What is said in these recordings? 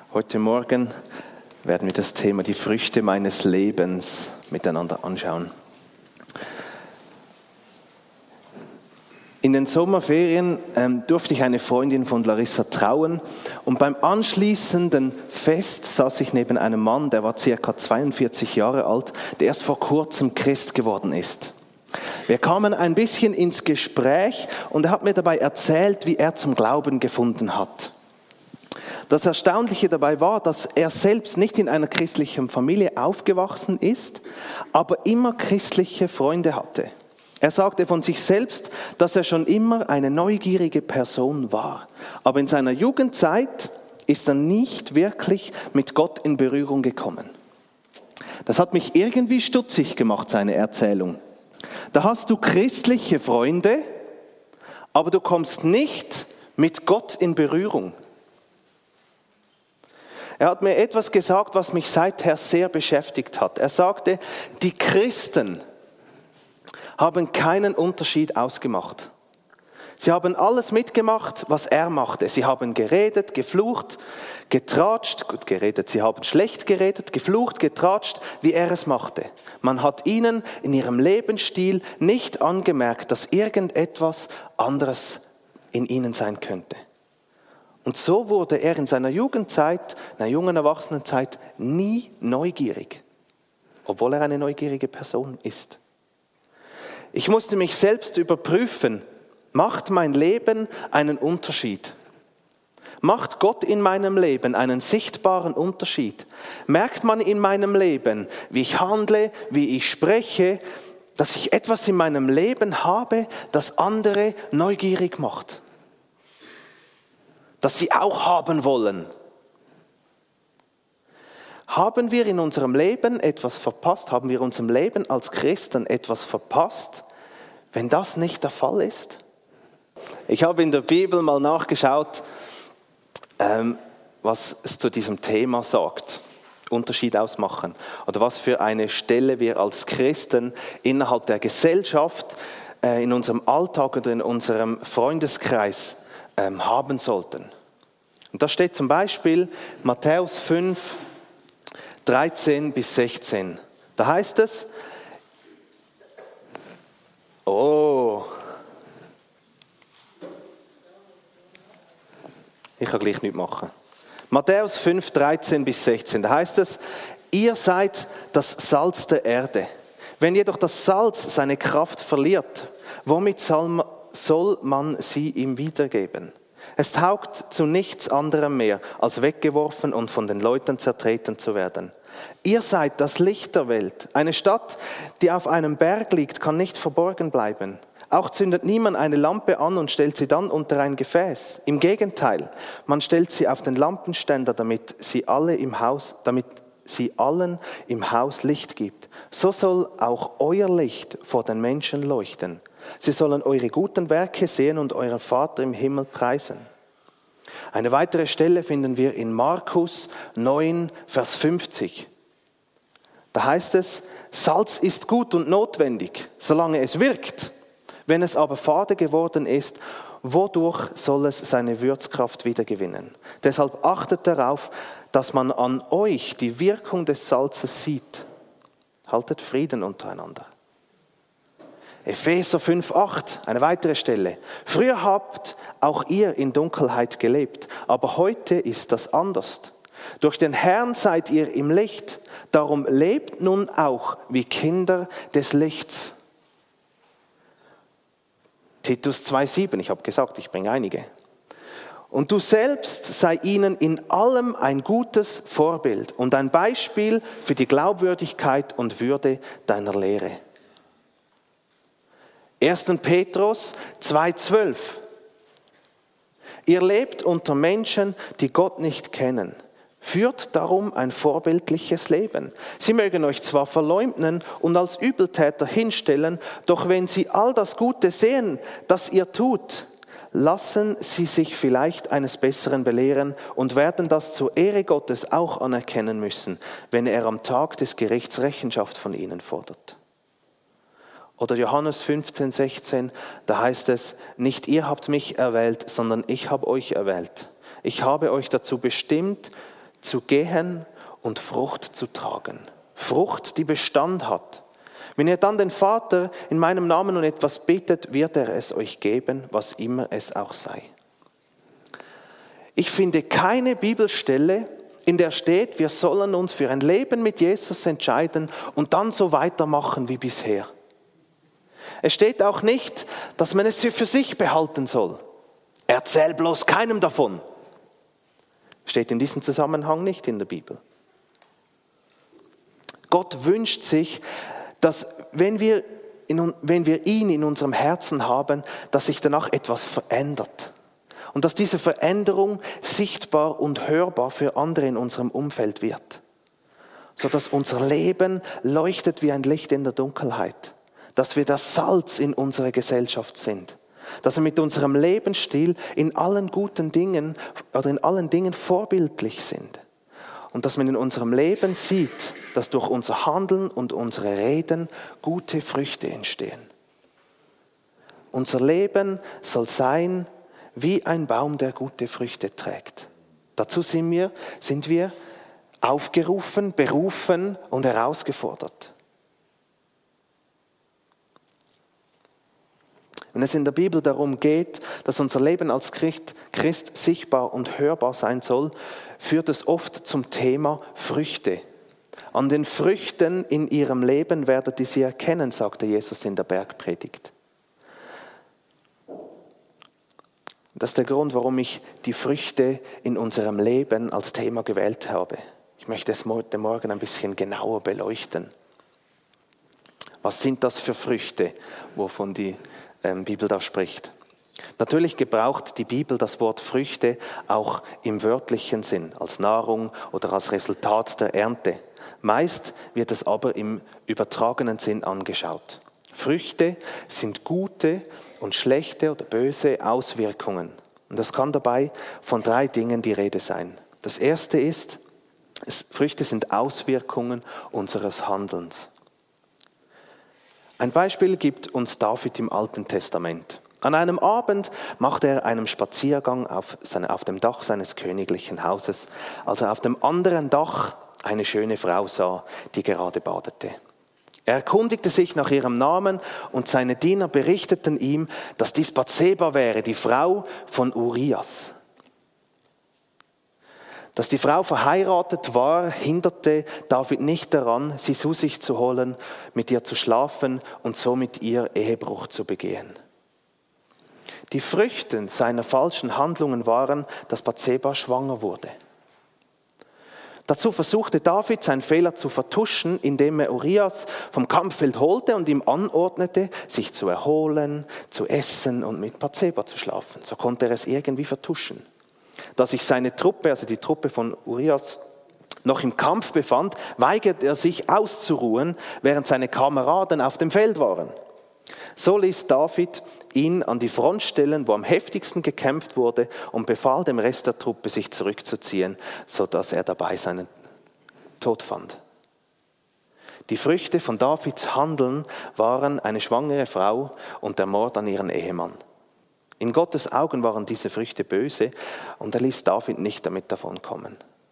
Heute Morgen werden wir das Thema die Früchte meines Lebens miteinander anschauen. In den Sommerferien durfte ich eine Freundin von Larissa trauen und beim anschließenden Fest saß ich neben einem Mann, der war ca. 42 Jahre alt, der erst vor kurzem Christ geworden ist. Wir kamen ein bisschen ins Gespräch und er hat mir dabei erzählt, wie er zum Glauben gefunden hat. Das Erstaunliche dabei war, dass er selbst nicht in einer christlichen Familie aufgewachsen ist, aber immer christliche Freunde hatte. Er sagte von sich selbst, dass er schon immer eine neugierige Person war. Aber in seiner Jugendzeit ist er nicht wirklich mit Gott in Berührung gekommen. Das hat mich irgendwie stutzig gemacht, seine Erzählung. Da hast du christliche Freunde, aber du kommst nicht mit Gott in Berührung. Er hat mir etwas gesagt, was mich seither sehr beschäftigt hat. Er sagte, die Christen haben keinen Unterschied ausgemacht. Sie haben alles mitgemacht, was er machte. Sie haben geredet, geflucht, getratscht, sie haben schlecht geredet, geflucht, getratscht, wie er es machte. Man hat ihnen in ihrem Lebensstil nicht angemerkt, dass irgendetwas anderes in ihnen sein könnte. Und so wurde er in seiner Jugendzeit, in einer jungen Erwachsenenzeit, nie neugierig, obwohl er eine neugierige Person ist. Ich musste mich selbst überprüfen, macht mein Leben einen Unterschied? Macht Gott in meinem Leben einen sichtbaren Unterschied? Merkt man in meinem Leben, wie ich handle, wie ich spreche, dass ich etwas in meinem Leben habe, das andere neugierig macht? Dass sie auch haben wollen. Haben wir in unserem Leben etwas verpasst? Haben wir in unserem Leben als Christen etwas verpasst, wenn das nicht der Fall ist? Ich habe in der Bibel mal nachgeschaut, was es zu diesem Thema sagt. Unterschied ausmachen. Oder was für eine Stelle wir als Christen innerhalb der Gesellschaft, in unserem Alltag oder in unserem Freundeskreis haben sollten. Und da steht zum Beispiel Matthäus 5, 13 bis 16. Da heißt es, ich kann gleich nichts machen. Matthäus 5, 13 bis 16, da heißt es, ihr seid das Salz der Erde. Wenn jedoch das Salz seine Kraft verliert, womit soll man sie ihm wiedergeben? Es taugt zu nichts anderem mehr, als weggeworfen und von den Leuten zertreten zu werden. Ihr seid das Licht der Welt. Eine Stadt, die auf einem Berg liegt, kann nicht verborgen bleiben. Auch zündet niemand eine Lampe an und stellt sie dann unter ein Gefäß. Im Gegenteil, man stellt sie auf den Lampenständer, damit sie allen im Haus Licht gibt. So soll auch euer Licht vor den Menschen leuchten. Sie sollen eure guten Werke sehen und euren Vater im Himmel preisen. Eine weitere Stelle finden wir in Markus 9, Vers 50. Da heißt es, Salz ist gut und notwendig, solange es wirkt. Wenn es aber fade geworden ist, wodurch soll es seine Würzkraft wiedergewinnen? Deshalb achtet darauf, dass man an euch die Wirkung des Salzes sieht. Haltet Frieden untereinander. Epheser 5,8, eine weitere Stelle. Früher habt auch ihr in Dunkelheit gelebt, aber heute ist das anders. Durch den Herrn seid ihr im Licht, darum lebt nun auch wie Kinder des Lichts. Titus 2,7, ich habe gesagt, ich bringe einige. Und du selbst sei ihnen in allem ein gutes Vorbild und ein Beispiel für die Glaubwürdigkeit und Würde deiner Lehre. 1. Petrus 2,12. Ihr lebt unter Menschen, die Gott nicht kennen. Führt darum ein vorbildliches Leben. Sie mögen euch zwar verleumden und als Übeltäter hinstellen, doch wenn sie all das Gute sehen, das ihr tut, lassen sie sich vielleicht eines Besseren belehren und werden das zur Ehre Gottes auch anerkennen müssen, wenn er am Tag des Gerichts Rechenschaft von ihnen fordert. Oder Johannes 15, 16, da heißt es, nicht ihr habt mich erwählt, sondern ich habe euch erwählt. Ich habe euch dazu bestimmt, zu gehen und Frucht zu tragen. Frucht, die Bestand hat. Wenn ihr dann den Vater in meinem Namen um etwas bittet, wird er es euch geben, was immer es auch sei. Ich finde keine Bibelstelle, in der steht, wir sollen uns für ein Leben mit Jesus entscheiden und dann so weitermachen wie bisher. Es steht auch nicht, dass man es für sich behalten soll. Erzähl bloß keinem davon. Steht in diesem Zusammenhang nicht in der Bibel. Gott wünscht sich, dass wenn wir ihn in unserem Herzen haben, dass sich danach etwas verändert. Und dass diese Veränderung sichtbar und hörbar für andere in unserem Umfeld wird. Sodass unser Leben leuchtet wie ein Licht in der Dunkelheit. Dass wir das Salz in unserer Gesellschaft sind. Dass wir mit unserem Lebensstil in allen guten Dingen oder in allen Dingen vorbildlich sind. Und dass man in unserem Leben sieht, dass durch unser Handeln und unsere Reden gute Früchte entstehen. Unser Leben soll sein wie ein Baum, der gute Früchte trägt. Dazu sind wir aufgerufen, berufen und herausgefordert. Wenn es in der Bibel darum geht, dass unser Leben als Christ sichtbar und hörbar sein soll, führt es oft zum Thema Früchte. An den Früchten in ihrem Leben werdet ihr sie erkennen, sagte Jesus in der Bergpredigt. Das ist der Grund, warum ich die Früchte in unserem Leben als Thema gewählt habe. Ich möchte es heute Morgen ein bisschen genauer beleuchten. Was sind das für Früchte, wovon die Bibel da spricht? Natürlich gebraucht die Bibel das Wort Früchte auch im wörtlichen Sinn, als Nahrung oder als Resultat der Ernte. Meist wird es aber im übertragenen Sinn angeschaut. Früchte sind gute und schlechte oder böse Auswirkungen. Und es kann dabei von 3 Dingen die Rede sein. Das erste ist, Früchte sind Auswirkungen unseres Handelns. Ein Beispiel gibt uns David im Alten Testament. An einem Abend machte er einen Spaziergang auf dem Dach seines königlichen Hauses, als er auf dem anderen Dach eine schöne Frau sah, die gerade badete. Er erkundigte sich nach ihrem Namen und seine Diener berichteten ihm, dass dies Bathseba wäre, die Frau von Urias. Dass die Frau verheiratet war, hinderte David nicht daran, sie zu sich zu holen, mit ihr zu schlafen und so mit ihr Ehebruch zu begehen. Die Früchte seiner falschen Handlungen waren, dass Bathseba schwanger wurde. Dazu versuchte David, seinen Fehler zu vertuschen, indem er Urias vom Kampffeld holte und ihm anordnete, sich zu erholen, zu essen und mit Bathseba zu schlafen. So konnte er es irgendwie vertuschen. Da sich seine Truppe, also die Truppe von Urias, noch im Kampf befand, weigerte er sich auszuruhen, während seine Kameraden auf dem Feld waren. So ließ David ihn an die Front stellen, wo am heftigsten gekämpft wurde, und befahl dem Rest der Truppe, sich zurückzuziehen, sodass er dabei seinen Tod fand. Die Früchte von Davids Handeln waren eine schwangere Frau und der Mord an ihren Ehemann. In Gottes Augen waren diese Früchte böse und er ließ David nicht damit davonkommen.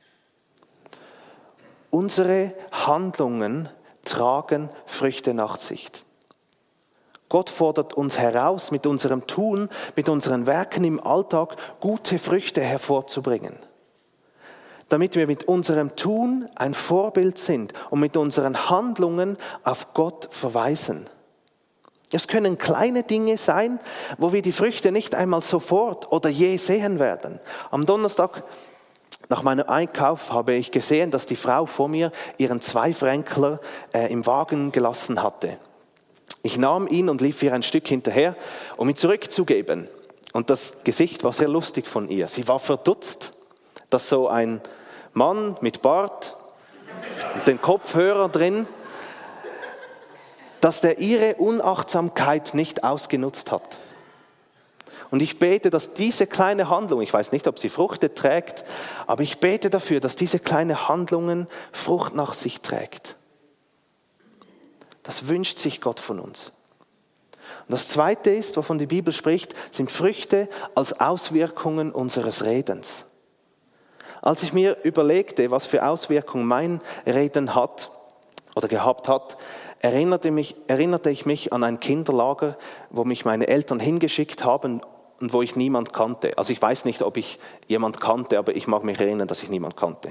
Unsere Handlungen tragen Früchte nach sich. Gott fordert uns heraus, mit unserem Tun, mit unseren Werken im Alltag gute Früchte hervorzubringen. Damit wir mit unserem Tun ein Vorbild sind und mit unseren Handlungen auf Gott verweisen. Es können kleine Dinge sein, wo wir die Früchte nicht einmal sofort oder je sehen werden. Am Donnerstag nach meinem Einkauf habe ich gesehen, dass die Frau vor mir ihren Zweifränkler im Wagen gelassen hatte. Ich nahm ihn und lief ihr ein Stück hinterher, um ihn zurückzugeben. Und das Gesicht war sehr lustig von ihr. Sie war verdutzt, dass so ein Mann mit Bart und den Kopfhörer drin, dass der ihre Unachtsamkeit nicht ausgenutzt hat. Und ich bete, dass diese kleine Handlung, ich weiß nicht, ob sie Früchte trägt, aber ich bete dafür, dass diese kleine Handlung Frucht nach sich trägt. Das wünscht sich Gott von uns. Und das Zweite ist, wovon die Bibel spricht, sind Früchte als Auswirkungen unseres Redens. Als ich mir überlegte, was für Auswirkungen mein Reden hat oder gehabt hat, erinnerte ich mich an ein Kinderlager, wo mich meine Eltern hingeschickt haben und wo ich niemand kannte. Also ich weiß nicht, ob ich jemand kannte, aber ich mag mich erinnern, dass ich niemand kannte.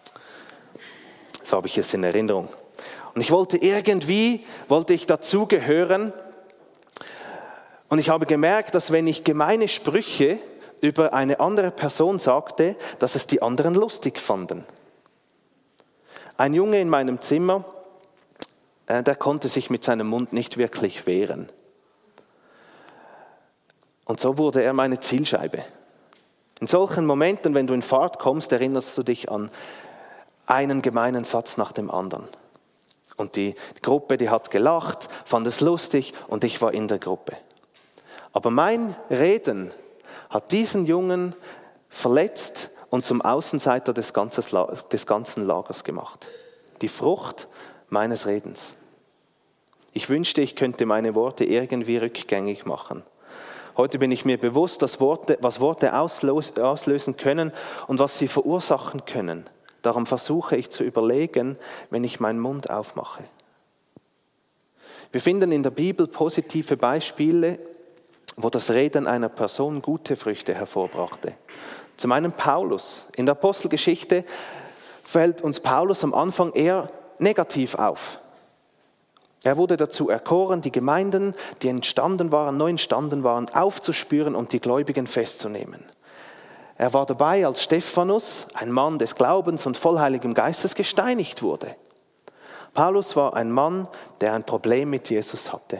So habe ich es in Erinnerung. Und ich wollte dazugehören. Und ich habe gemerkt, dass wenn ich gemeine Sprüche über eine andere Person sagte, dass es die anderen lustig fanden. Ein Junge in meinem Zimmer, der konnte sich mit seinem Mund nicht wirklich wehren. Und so wurde er meine Zielscheibe. In solchen Momenten, wenn du in Fahrt kommst, erinnerst du dich an einen gemeinen Satz nach dem anderen. Und die Gruppe, die hat gelacht, fand es lustig und ich war in der Gruppe. Aber mein Reden hat diesen Jungen verletzt und zum Außenseiter des ganzen Lagers gemacht. Die Frucht meines Redens. Ich wünschte, ich könnte meine Worte irgendwie rückgängig machen. Heute bin ich mir bewusst, was Worte auslösen können und was sie verursachen können. Darum versuche ich zu überlegen, wenn ich meinen Mund aufmache. Wir finden in der Bibel positive Beispiele, wo das Reden einer Person gute Früchte hervorbrachte. Zum einen Paulus. In der Apostelgeschichte fällt uns Paulus am Anfang eher negativ auf. Er wurde dazu erkoren, die Gemeinden, die neu entstanden waren, aufzuspüren und die Gläubigen festzunehmen. Er war dabei, als Stephanus, ein Mann des Glaubens und voll Heiligem Geistes, gesteinigt wurde. Paulus war ein Mann, der ein Problem mit Jesus hatte.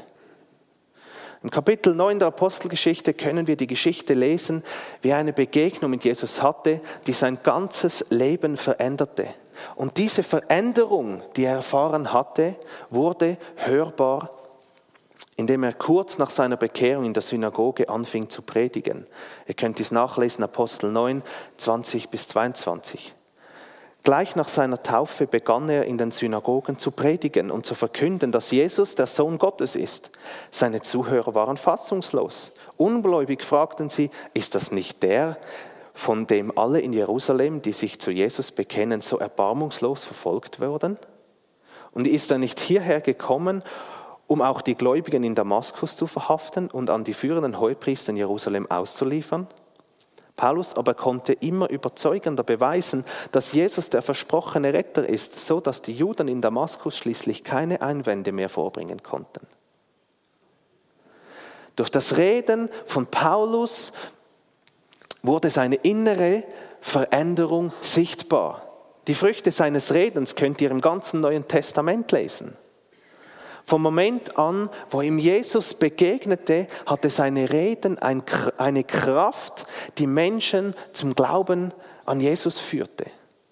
Im Kapitel 9 der Apostelgeschichte können wir die Geschichte lesen, wie er eine Begegnung mit Jesus hatte, die sein ganzes Leben veränderte. Und diese Veränderung, die er erfahren hatte, wurde hörbar, indem er kurz nach seiner Bekehrung in der Synagoge anfing zu predigen. Ihr könnt dies nachlesen, Apostel 9, 20 bis 22. Gleich nach seiner Taufe begann er in den Synagogen zu predigen und zu verkünden, dass Jesus der Sohn Gottes ist. Seine Zuhörer waren fassungslos. Ungläubig fragten sie, ist das nicht der, von dem alle in Jerusalem, die sich zu Jesus bekennen, so erbarmungslos verfolgt wurden? Und ist er nicht hierher gekommen, um auch die Gläubigen in Damaskus zu verhaften und an die führenden Hohepriester in Jerusalem auszuliefern? Paulus aber konnte immer überzeugender beweisen, dass Jesus der versprochene Retter ist, so dass die Juden in Damaskus schließlich keine Einwände mehr vorbringen konnten. Durch das Reden von Paulus wurde seine innere Veränderung sichtbar. Die Früchte seines Redens könnt ihr im ganzen Neuen Testament lesen. Vom Moment an, wo ihm Jesus begegnete, hatte seine Reden eine Kraft, die Menschen zum Glauben an Jesus führte.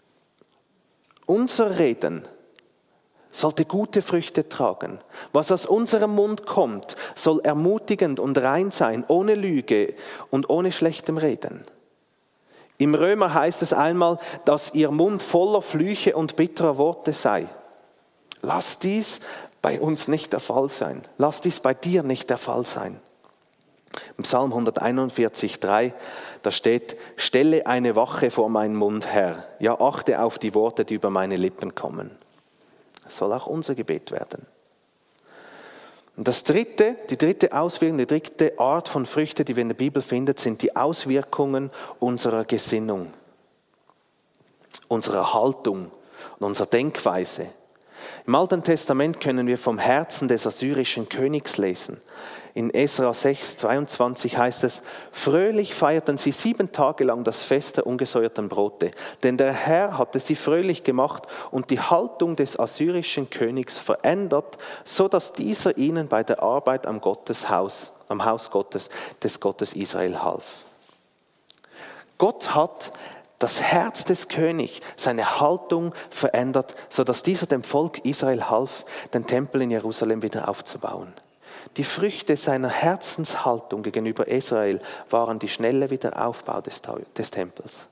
Unser Reden sollte gute Früchte tragen. Was aus unserem Mund kommt, soll ermutigend und rein sein, ohne Lüge und ohne schlechtem Reden. Im Römer heißt es einmal, dass ihr Mund voller Flüche und bitterer Worte sei. Lass dies bei uns nicht der Fall sein. Lass dies bei dir nicht der Fall sein. Im Psalm 141,3, da steht, stelle eine Wache vor meinen Mund, Herr. Ja, achte auf die Worte, die über meine Lippen kommen. Das soll auch unser Gebet werden. Und die dritte Auswirkung, die dritte Art von Früchte, die wir in der Bibel finden, sind die Auswirkungen unserer Gesinnung, unserer Haltung und unserer Denkweise. Im Alten Testament können wir vom Herzen des assyrischen Königs lesen. In Esra 6, 22 heißt es, fröhlich feierten sie 7 Tage lang das Fest der ungesäuerten Brote, denn der Herr hatte sie fröhlich gemacht und die Haltung des assyrischen Königs verändert, so dass dieser ihnen bei der Arbeit am Haus Gottes, des Gottes Israel half. Gott hat das Herz des Königs, seine Haltung verändert, sodass dieser dem Volk Israel half, den Tempel in Jerusalem wieder aufzubauen. Die Früchte seiner Herzenshaltung gegenüber Israel waren die schnelle Wiederaufbau des Tempels.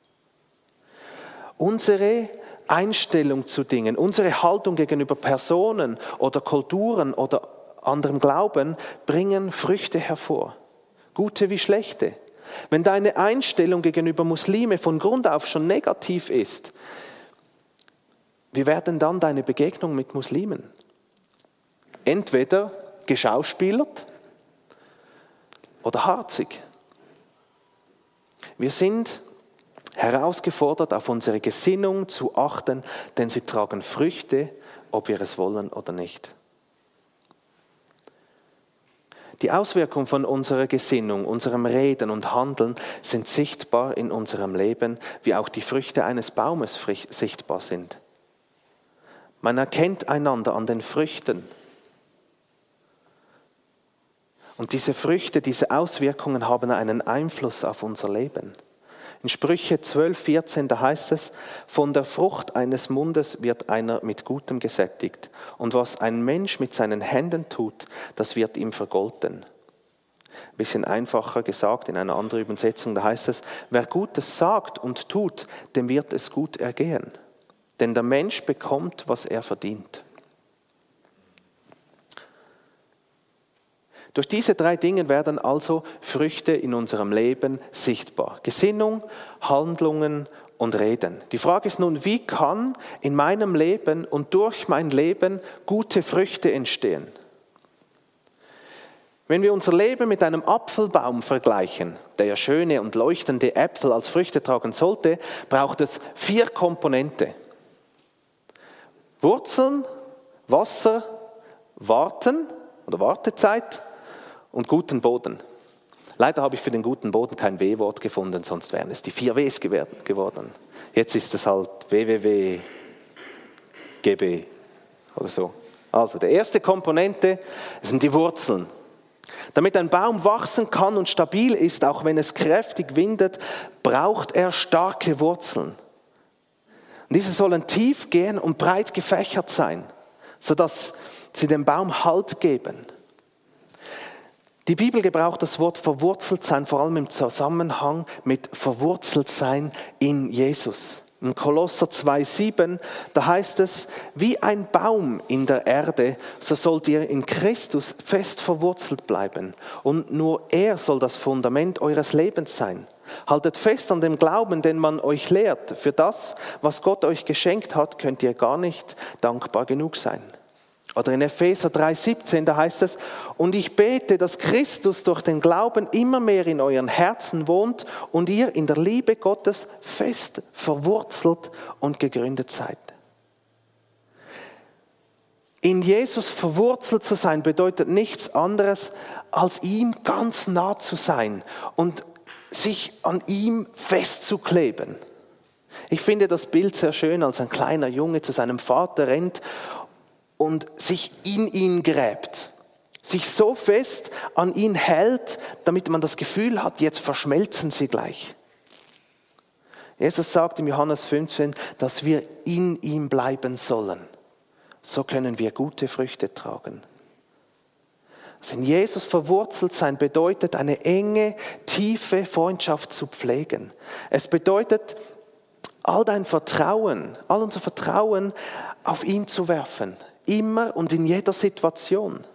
Unsere Einstellung zu Dingen, unsere Haltung gegenüber Personen oder Kulturen oder anderem Glauben bringen Früchte hervor, gute wie schlechte. Wenn deine Einstellung gegenüber Muslime von Grund auf schon negativ ist, wie wäre denn dann deine Begegnung mit Muslimen? Entweder geschauspielert oder harzig. Wir sind herausgefordert, auf unsere Gesinnung zu achten, denn sie tragen Früchte, ob wir es wollen oder nicht. Die Auswirkungen von unserer Gesinnung, unserem Reden und Handeln sind sichtbar in unserem Leben, wie auch die Früchte eines Baumes sichtbar sind. Man erkennt einander an den Früchten. Und diese Früchte, diese Auswirkungen haben einen Einfluss auf unser Leben. In Sprüche 12,14, da heißt es, von der Frucht eines Mundes wird einer mit Gutem gesättigt. Und was ein Mensch mit seinen Händen tut, das wird ihm vergolten. Ein bisschen einfacher gesagt, in einer anderen Übersetzung, da heißt es, wer Gutes sagt und tut, dem wird es gut ergehen. Denn der Mensch bekommt, was er verdient. Durch diese 3 Dinge werden also Früchte in unserem Leben sichtbar. Gesinnung, Handlungen und Reden. Die Frage ist nun, wie kann in meinem Leben und durch mein Leben gute Früchte entstehen? Wenn wir unser Leben mit einem Apfelbaum vergleichen, der ja schöne und leuchtende Äpfel als Früchte tragen sollte, braucht es 4 Komponenten. Wurzeln, Wasser, Warten oder Wartezeit und guten Boden. Leider habe ich für den guten Boden kein W-Wort gefunden, sonst wären es die 4 Ws geworden. Jetzt ist es halt WWW, GB oder so. Also die erste Komponente sind die Wurzeln. Damit ein Baum wachsen kann und stabil ist, auch wenn es kräftig windet, braucht er starke Wurzeln. Und diese sollen tief gehen und breit gefächert sein, sodass sie dem Baum Halt geben. Die Bibel gebraucht das Wort verwurzelt sein, vor allem im Zusammenhang mit verwurzelt sein in Jesus. In Kolosser 2,7, da heißt es, wie ein Baum in der Erde, so sollt ihr in Christus fest verwurzelt bleiben. Und nur er soll das Fundament eures Lebens sein. Haltet fest an dem Glauben, den man euch lehrt. Für das, was Gott euch geschenkt hat, könnt ihr gar nicht dankbar genug sein. Oder in Epheser 3,17, da heißt es, und ich bete, dass Christus durch den Glauben immer mehr in euren Herzen wohnt und ihr in der Liebe Gottes fest verwurzelt und gegründet seid. In Jesus verwurzelt zu sein bedeutet nichts anderes, als ihm ganz nah zu sein und sich an ihm festzukleben. Ich finde das Bild sehr schön, als ein kleiner Junge zu seinem Vater rennt und sich in ihn gräbt, sich so fest an ihn hält, damit man das Gefühl hat, jetzt verschmelzen sie gleich. Jesus sagt im Johannes 15, dass wir in ihm bleiben sollen. So können wir gute Früchte tragen. Also in Jesus verwurzelt sein bedeutet, eine enge, tiefe Freundschaft zu pflegen. Es bedeutet, all unser Vertrauen auf ihn zu werfen. Immer und in jeder Situation.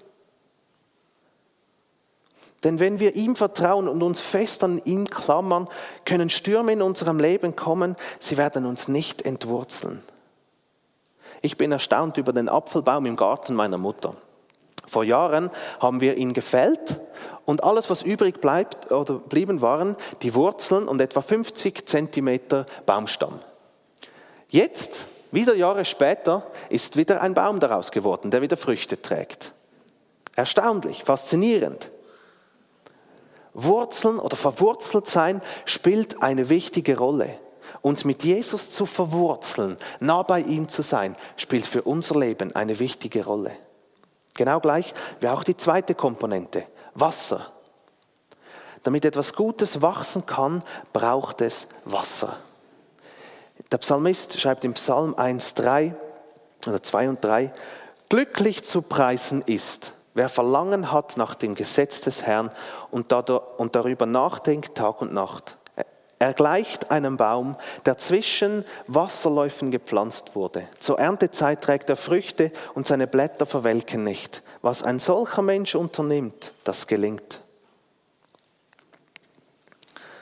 Denn wenn wir ihm vertrauen und uns fest an ihn klammern, können Stürme in unserem Leben kommen, sie werden uns nicht entwurzeln. Ich bin erstaunt über den Apfelbaum im Garten meiner Mutter. Vor Jahren haben wir ihn gefällt und alles, was übrig bleibt oder blieben waren, die Wurzeln und etwa 50 Zentimeter Baumstamm. Jetzt, wieder Jahre später, ist wieder ein Baum daraus geworden, der wieder Früchte trägt. Erstaunlich, faszinierend. Wurzeln oder verwurzelt sein spielt eine wichtige Rolle. Uns mit Jesus zu verwurzeln, nah bei ihm zu sein, spielt für unser Leben eine wichtige Rolle. Genau gleich wie auch die zweite Komponente, Wasser. Damit etwas Gutes wachsen kann, braucht es Wasser. Der Psalmist schreibt im Psalm 1,3 oder 2 und 3, glücklich zu preisen ist, wer Verlangen hat nach dem Gesetz des Herrn und darüber nachdenkt Tag und Nacht. Er gleicht einem Baum, der zwischen Wasserläufen gepflanzt wurde. Zur Erntezeit trägt er Früchte und seine Blätter verwelken nicht. Was ein solcher Mensch unternimmt, das gelingt.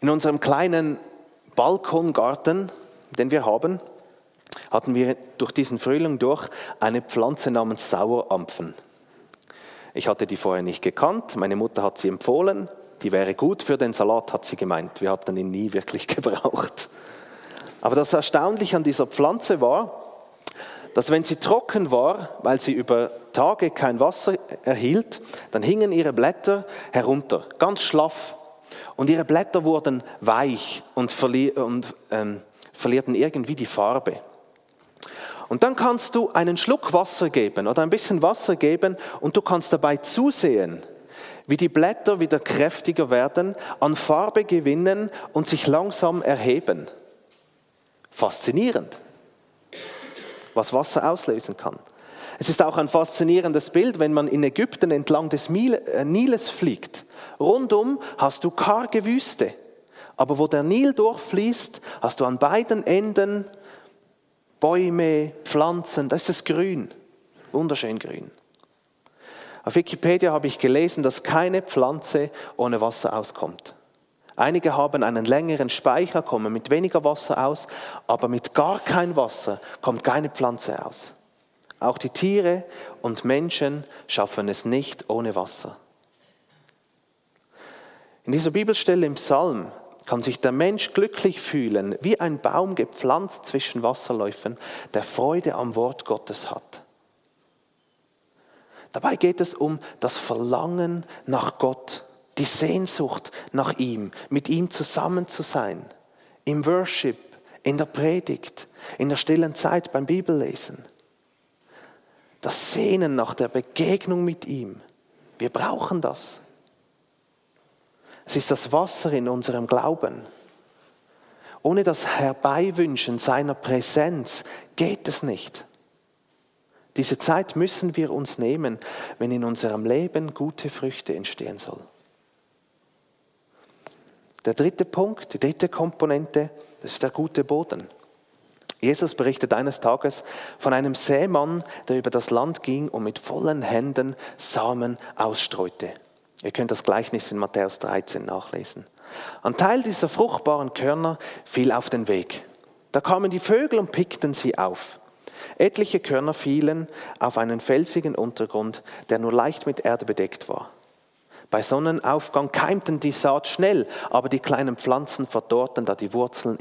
In unserem kleinen Balkongarten, den wir haben, hatten wir durch diesen Frühling durch eine Pflanze namens Sauerampfen. Ich hatte die vorher nicht gekannt, meine Mutter hat sie empfohlen, die wäre gut für den Salat, hat sie gemeint. Wir hatten ihn nie wirklich gebraucht. Aber das Erstaunliche an dieser Pflanze war, dass wenn sie trocken war, weil sie über Tage kein Wasser erhielt, dann hingen ihre Blätter herunter, ganz schlaff. Und ihre Blätter wurden weich und verlierten irgendwie die Farbe. Und dann kannst du einen Schluck Wasser geben oder ein bisschen Wasser geben und du kannst dabei zusehen, wie die Blätter wieder kräftiger werden, an Farbe gewinnen und sich langsam erheben. Faszinierend, was Wasser auslösen kann. Es ist auch ein faszinierendes Bild, wenn man in Ägypten entlang des Niles fliegt. Rundum hast du karge Wüste, aber wo der Nil durchfließt, hast du an beiden Enden Bäume, Pflanzen, das ist das Grün, wunderschön grün. Auf Wikipedia habe ich gelesen, dass keine Pflanze ohne Wasser auskommt. Einige haben einen längeren Speicher, kommen mit weniger Wasser aus, aber mit gar kein Wasser kommt keine Pflanze aus. Auch die Tiere und Menschen schaffen es nicht ohne Wasser. In dieser Bibelstelle im Psalm kann sich der Mensch glücklich fühlen, wie ein Baum gepflanzt zwischen Wasserläufen, der Freude am Wort Gottes hat. Dabei geht es um das Verlangen nach Gott, die Sehnsucht nach ihm, mit ihm zusammen zu sein, im Worship, in der Predigt, in der stillen Zeit beim Bibellesen. Das Sehnen nach der Begegnung mit ihm, wir brauchen das. Es ist das Wasser in unserem Glauben. Ohne das Herbeiwünschen seiner Präsenz geht es nicht. Diese Zeit müssen wir uns nehmen, wenn in unserem Leben gute Früchte entstehen sollen. Der dritte Punkt, die dritte Komponente, das ist der gute Boden. Jesus berichtet eines Tages von einem Sämann, der über das Land ging und mit vollen Händen Samen ausstreute. Ihr könnt das Gleichnis in Matthäus 13 nachlesen. Ein Teil dieser fruchtbaren Körner fiel auf den Weg. Da kamen die Vögel und pickten sie auf. Etliche Körner fielen auf einen felsigen Untergrund, der nur leicht mit Erde bedeckt war. Bei Sonnenaufgang keimten die Saat schnell, aber die kleinen Pflanzen verdorrten, da die Wurzeln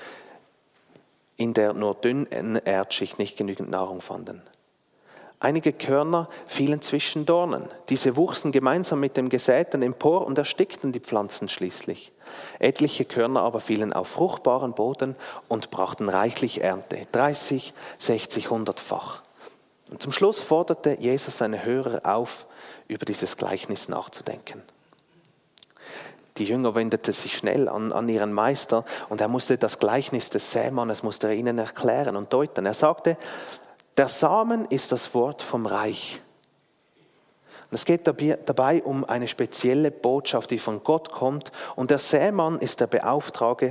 in der nur dünnen Erdschicht nicht genügend Nahrung fanden. Einige Körner fielen zwischen Dornen. Diese wuchsen gemeinsam mit dem Gesäten empor und erstickten die Pflanzen schließlich. Etliche Körner aber fielen auf fruchtbaren Boden und brachten reichlich Ernte, 30, 60, 100-fach. Und zum Schluss forderte Jesus seine Hörer auf, über dieses Gleichnis nachzudenken. Die Jünger wendeten sich schnell an ihren Meister und er musste das Gleichnis des Sämannes ihnen erklären und deuten. Er sagte, der Samen ist das Wort vom Reich. Und es geht dabei um eine spezielle Botschaft, die von Gott kommt. Und der Sämann ist der Beauftragte,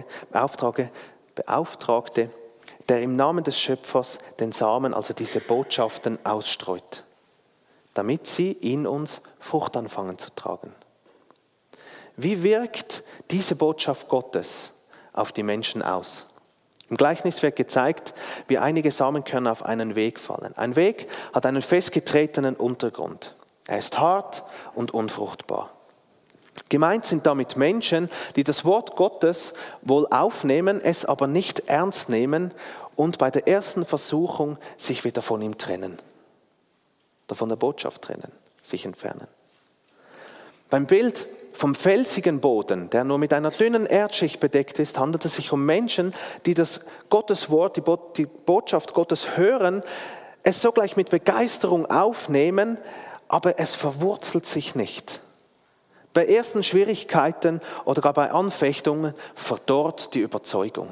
der im Namen des Schöpfers den Samen, also diese Botschaften, ausstreut, damit sie in uns Frucht anfangen zu tragen. Wie wirkt diese Botschaft Gottes auf die Menschen aus? Im Gleichnis wird gezeigt, wie einige Samenkörner auf einen Weg fallen. Ein Weg hat einen festgetretenen Untergrund. Er ist hart und unfruchtbar. Gemeint sind damit Menschen, die das Wort Gottes wohl aufnehmen, es aber nicht ernst nehmen und bei der ersten Versuchung sich wieder von ihm trennen. Oder von der Botschaft trennen, sich entfernen. Beim Bild vom felsigen Boden, der nur mit einer dünnen Erdschicht bedeckt ist, handelt es sich um Menschen, die das Gotteswort, die Botschaft Gottes hören, es sogleich mit Begeisterung aufnehmen, aber es verwurzelt sich nicht. Bei ersten Schwierigkeiten oder gar bei Anfechtungen verdorrt die Überzeugung.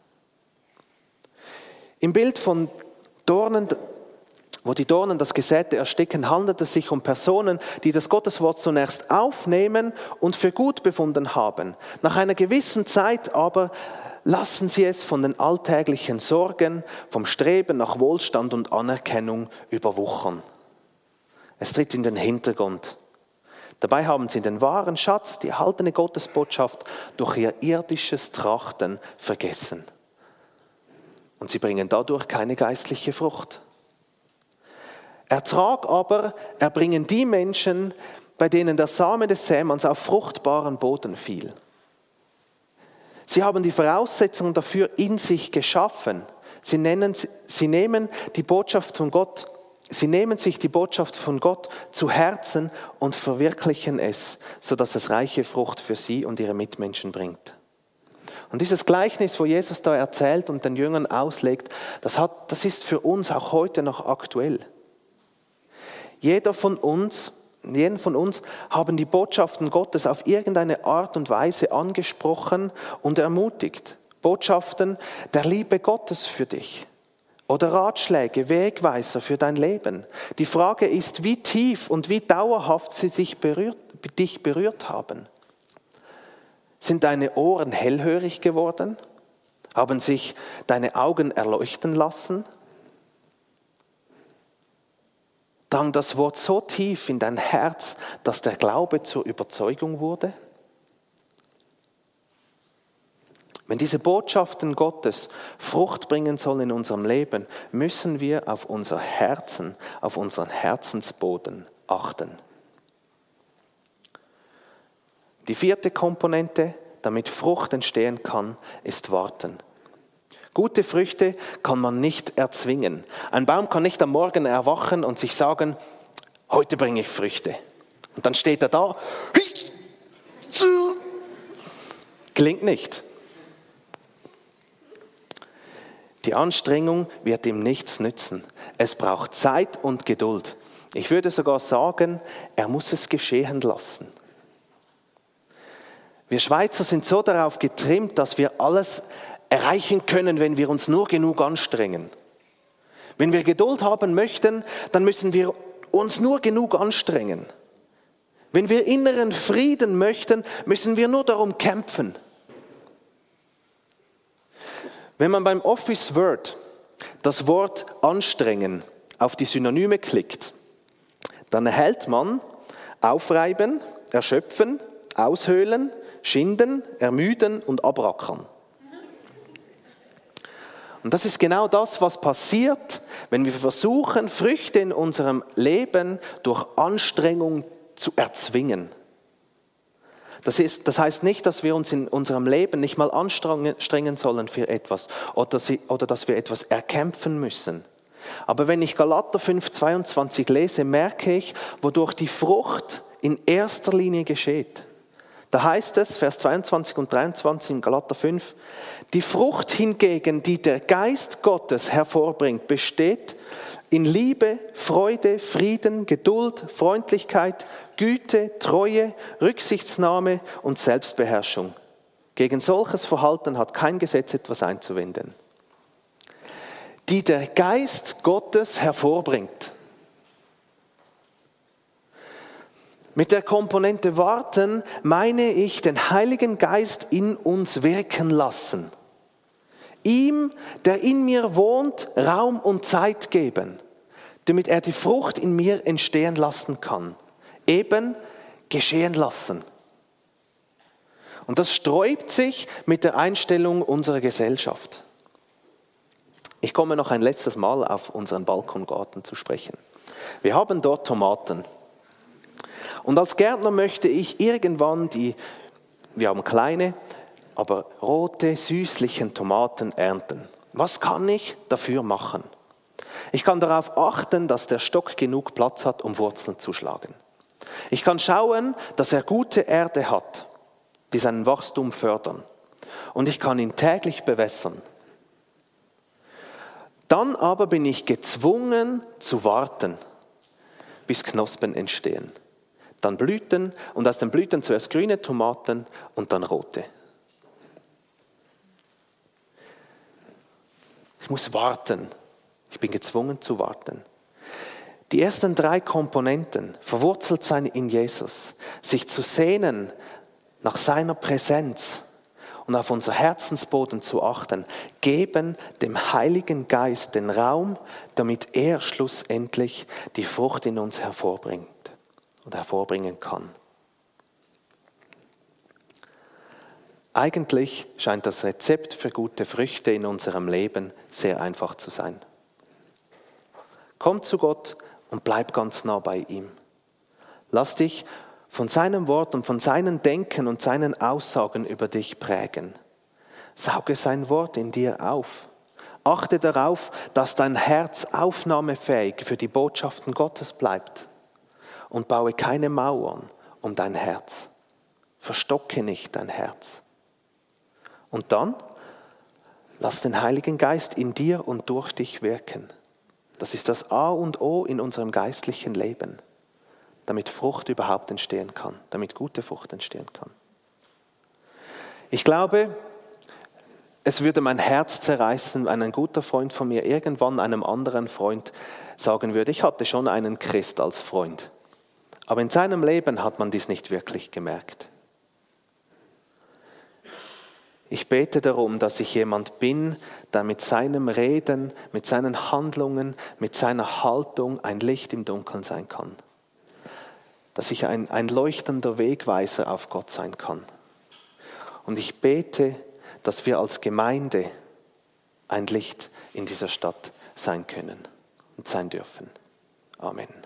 Im Bild von Dornen, wo die Dornen das Gesäte ersticken, handelt es sich um Personen, die das Gotteswort zunächst aufnehmen und für gut befunden haben. Nach einer gewissen Zeit aber lassen sie es von den alltäglichen Sorgen, vom Streben nach Wohlstand und Anerkennung überwuchern. Es tritt in den Hintergrund. Dabei haben sie den wahren Schatz, die erhaltene Gottesbotschaft, durch ihr irdisches Trachten vergessen. Und sie bringen dadurch keine geistliche Frucht. Ertrag aber erbringen die Menschen, bei denen der Same des Sämanns auf fruchtbaren Boden fiel. Sie haben die Voraussetzungen dafür in sich geschaffen. Sie nehmen sich die Botschaft von Gott zu Herzen und verwirklichen es, sodass es reiche Frucht für sie und ihre Mitmenschen bringt. Und dieses Gleichnis, wo Jesus da erzählt und den Jüngern auslegt, das ist für uns auch heute noch aktuell. Jeden von uns haben die Botschaften Gottes auf irgendeine Art und Weise angesprochen und ermutigt. Botschaften der Liebe Gottes für dich oder Ratschläge, Wegweiser für dein Leben. Die Frage ist, wie tief und wie dauerhaft sie dich berührt haben. Sind deine Ohren hellhörig geworden? Haben sich deine Augen erleuchten lassen? Drang das Wort so tief in dein Herz, dass der Glaube zur Überzeugung wurde? Wenn diese Botschaften Gottes Frucht bringen sollen in unserem Leben, müssen wir auf unser Herzen, auf unseren Herzensboden achten. Die vierte Komponente, damit Frucht entstehen kann, ist Warten. Gute Früchte kann man nicht erzwingen. Ein Baum kann nicht am Morgen erwachen und sich sagen, heute bringe ich Früchte. Und dann steht er da. Klingt nicht. Die Anstrengung wird ihm nichts nützen. Es braucht Zeit und Geduld. Ich würde sogar sagen, er muss es geschehen lassen. Wir Schweizer sind so darauf getrimmt, dass wir alles erreichen können, wenn wir uns nur genug anstrengen. Wenn wir Geduld haben möchten, dann müssen wir uns nur genug anstrengen. Wenn wir inneren Frieden möchten, müssen wir nur darum kämpfen. Wenn man beim Office Word das Wort anstrengen auf die Synonyme klickt, dann erhält man aufreiben, erschöpfen, aushöhlen, schinden, ermüden und abrackern. Und das ist genau das, was passiert, wenn wir versuchen, Früchte in unserem Leben durch Anstrengung zu erzwingen. Das heißt nicht, dass wir uns in unserem Leben nicht mal anstrengen sollen für etwas oder dass wir etwas erkämpfen müssen. Aber wenn ich Galater 5,22 lese, merke ich, wodurch die Frucht in erster Linie geschieht. Da heißt es, Vers 22 und 23 in Galater 5, die Frucht hingegen, die der Geist Gottes hervorbringt, besteht in Liebe, Freude, Frieden, Geduld, Freundlichkeit, Güte, Treue, Rücksichtsnahme und Selbstbeherrschung. Gegen solches Verhalten hat kein Gesetz etwas einzuwenden. Die der Geist Gottes hervorbringt. Mit der Komponente warten meine ich den Heiligen Geist in uns wirken lassen. Ihm, der in mir wohnt, Raum und Zeit geben, damit er die Frucht in mir entstehen lassen kann. Eben geschehen lassen. Und das sträubt sich mit der Einstellung unserer Gesellschaft. Ich komme noch ein letztes Mal auf unseren Balkongarten zu sprechen. Wir haben dort Tomaten. Und als Gärtner möchte ich irgendwann wir haben kleine, aber rote, süßlichen Tomaten ernten. Was kann ich dafür machen? Ich kann darauf achten, dass der Stock genug Platz hat, um Wurzeln zu schlagen. Ich kann schauen, dass er gute Erde hat, die sein Wachstum fördern. Und ich kann ihn täglich bewässern. Dann aber bin ich gezwungen zu warten, bis Knospen entstehen. Dann Blüten und aus den Blüten zuerst grüne Tomaten und dann rote. Ich muss warten. Ich bin gezwungen zu warten. Die ersten 3 Komponenten, verwurzelt sein in Jesus, sich zu sehnen nach seiner Präsenz und auf unser Herzensboden zu achten, geben dem Heiligen Geist den Raum, damit er schlussendlich die Frucht in uns hervorbringt oder hervorbringen kann. Eigentlich scheint das Rezept für gute Früchte in unserem Leben sehr einfach zu sein. Komm zu Gott und bleib ganz nah bei ihm. Lass dich von seinem Wort und von seinen Denken und seinen Aussagen über dich prägen. Sauge sein Wort in dir auf. Achte darauf, dass dein Herz aufnahmefähig für die Botschaften Gottes bleibt. Und baue keine Mauern um dein Herz. Verstocke nicht dein Herz. Und dann lass den Heiligen Geist in dir und durch dich wirken. Das ist das A und O in unserem geistlichen Leben, damit Frucht überhaupt entstehen kann, damit gute Frucht entstehen kann. Ich glaube, es würde mein Herz zerreißen, wenn ein guter Freund von mir irgendwann einem anderen Freund sagen würde, ich hatte schon einen Christ als Freund. Aber in seinem Leben hat man dies nicht wirklich gemerkt. Ich bete darum, dass ich jemand bin, der mit seinem Reden, mit seinen Handlungen, mit seiner Haltung ein Licht im Dunkeln sein kann. Dass ich ein leuchtender Wegweiser auf Gott sein kann. Und ich bete, dass wir als Gemeinde ein Licht in dieser Stadt sein können und sein dürfen. Amen.